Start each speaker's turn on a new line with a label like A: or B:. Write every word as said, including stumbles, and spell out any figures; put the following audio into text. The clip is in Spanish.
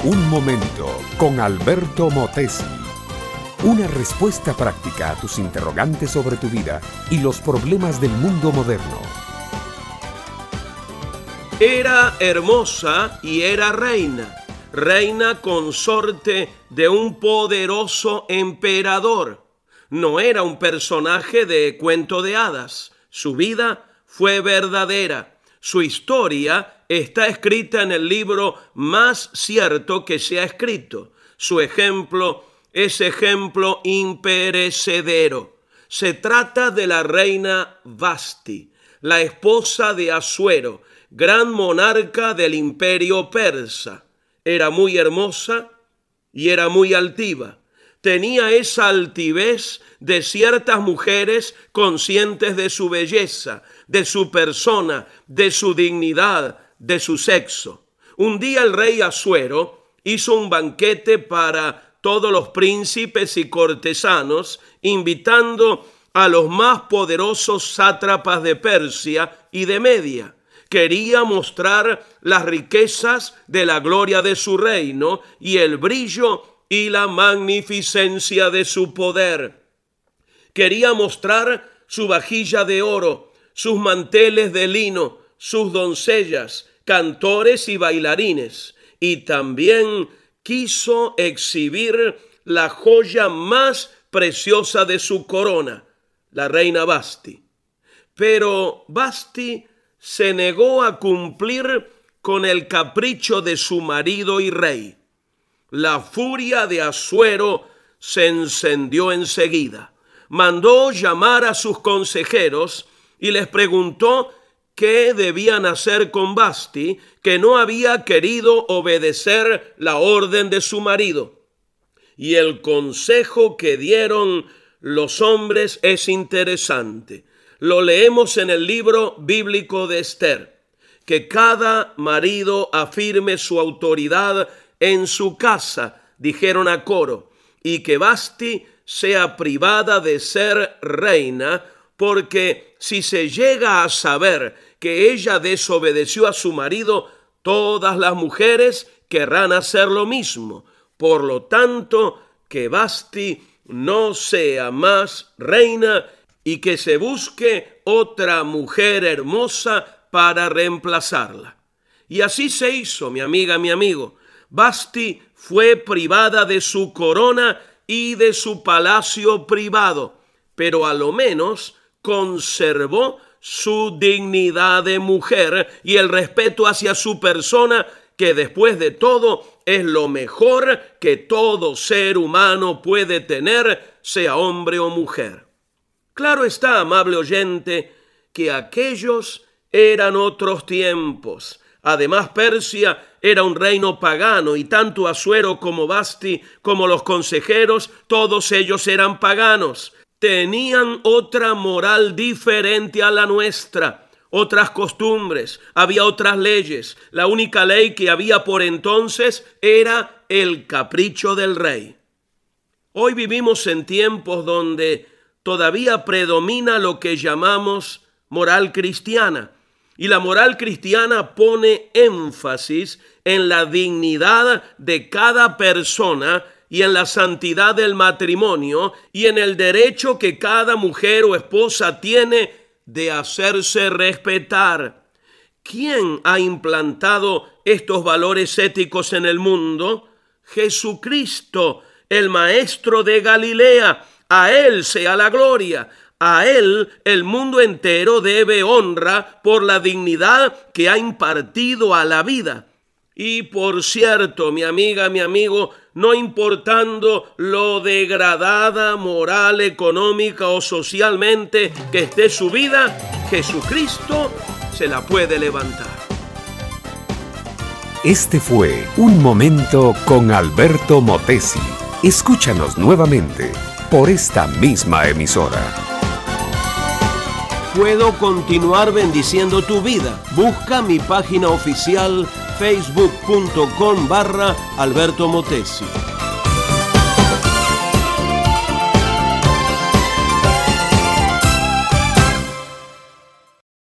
A: Un momento con Alberto Motesi. Una respuesta práctica a tus interrogantes sobre tu vida y los problemas del mundo moderno.
B: Era hermosa y era reina, reina consorte de un poderoso emperador. No era un personaje de cuento de hadas. Su vida fue verdadera. Su historia está escrita en el libro más cierto que se ha escrito. Su ejemplo es ejemplo imperecedero. Se trata de la reina Vasti, la esposa de Asuero, gran monarca del imperio persa. Era muy hermosa y era muy altiva. Tenía esa altivez de ciertas mujeres conscientes de su belleza, de su persona, de su dignidad, de su sexo. Un día el rey Asuero hizo un banquete para todos los príncipes y cortesanos, invitando a los más poderosos sátrapas de Persia y de Media. Quería mostrar las riquezas de la gloria de su reino y el brillo y la magnificencia de su poder. Quería mostrar su vajilla de oro, sus manteles de lino, sus doncellas, cantores y bailarines. Y también quiso exhibir la joya más preciosa de su corona, la reina Vasti. Pero Vasti se negó a cumplir con el capricho de su marido y rey. La furia de Asuero se encendió enseguida. Mandó llamar a sus consejeros y les preguntó qué debían hacer con Vasti, que no había querido obedecer la orden de su marido. Y el consejo que dieron los hombres es interesante. Lo leemos en el libro bíblico de Esther, que cada marido afirme su autoridad en su casa, dijeron a coro, y que Vasti sea privada de ser reina, porque si se llega a saber que ella desobedeció a su marido, todas las mujeres querrán hacer lo mismo. Por lo tanto, que Vasti no sea más reina y que se busque otra mujer hermosa para reemplazarla. Y así se hizo, mi amiga, mi amigo. Vasti fue privada de su corona y de su palacio privado, pero a lo menos conservó su dignidad de mujer y el respeto hacia su persona, que después de todo es lo mejor que todo ser humano puede tener, sea hombre o mujer. Claro está, amable oyente, que aquellos eran otros tiempos. Además, Persia era un reino pagano y tanto Asuero como Vasti como los consejeros, todos ellos eran paganos. Tenían otra moral diferente a la nuestra, otras costumbres, había otras leyes. La única ley que había por entonces era el capricho del rey. Hoy vivimos en tiempos donde todavía predomina lo que llamamos moral cristiana. Y la moral cristiana pone énfasis en la dignidad de cada persona y en la santidad del matrimonio y en el derecho que cada mujer o esposa tiene de hacerse respetar. ¿Quién ha implantado estos valores éticos en el mundo? Jesucristo, el Maestro de Galilea. A Él sea la gloria. A Él el mundo entero debe honra por la dignidad que ha impartido a la vida. Y por cierto, mi amiga, mi amigo, no importando lo degradada moral, económica o socialmente que esté su vida, Jesucristo se la puede levantar.
A: Este fue Un Momento con Alberto Motesi. Escúchanos nuevamente por esta misma emisora.
B: Puedo continuar bendiciendo tu vida. Busca mi página oficial facebook punto com barra Alberto Motesi.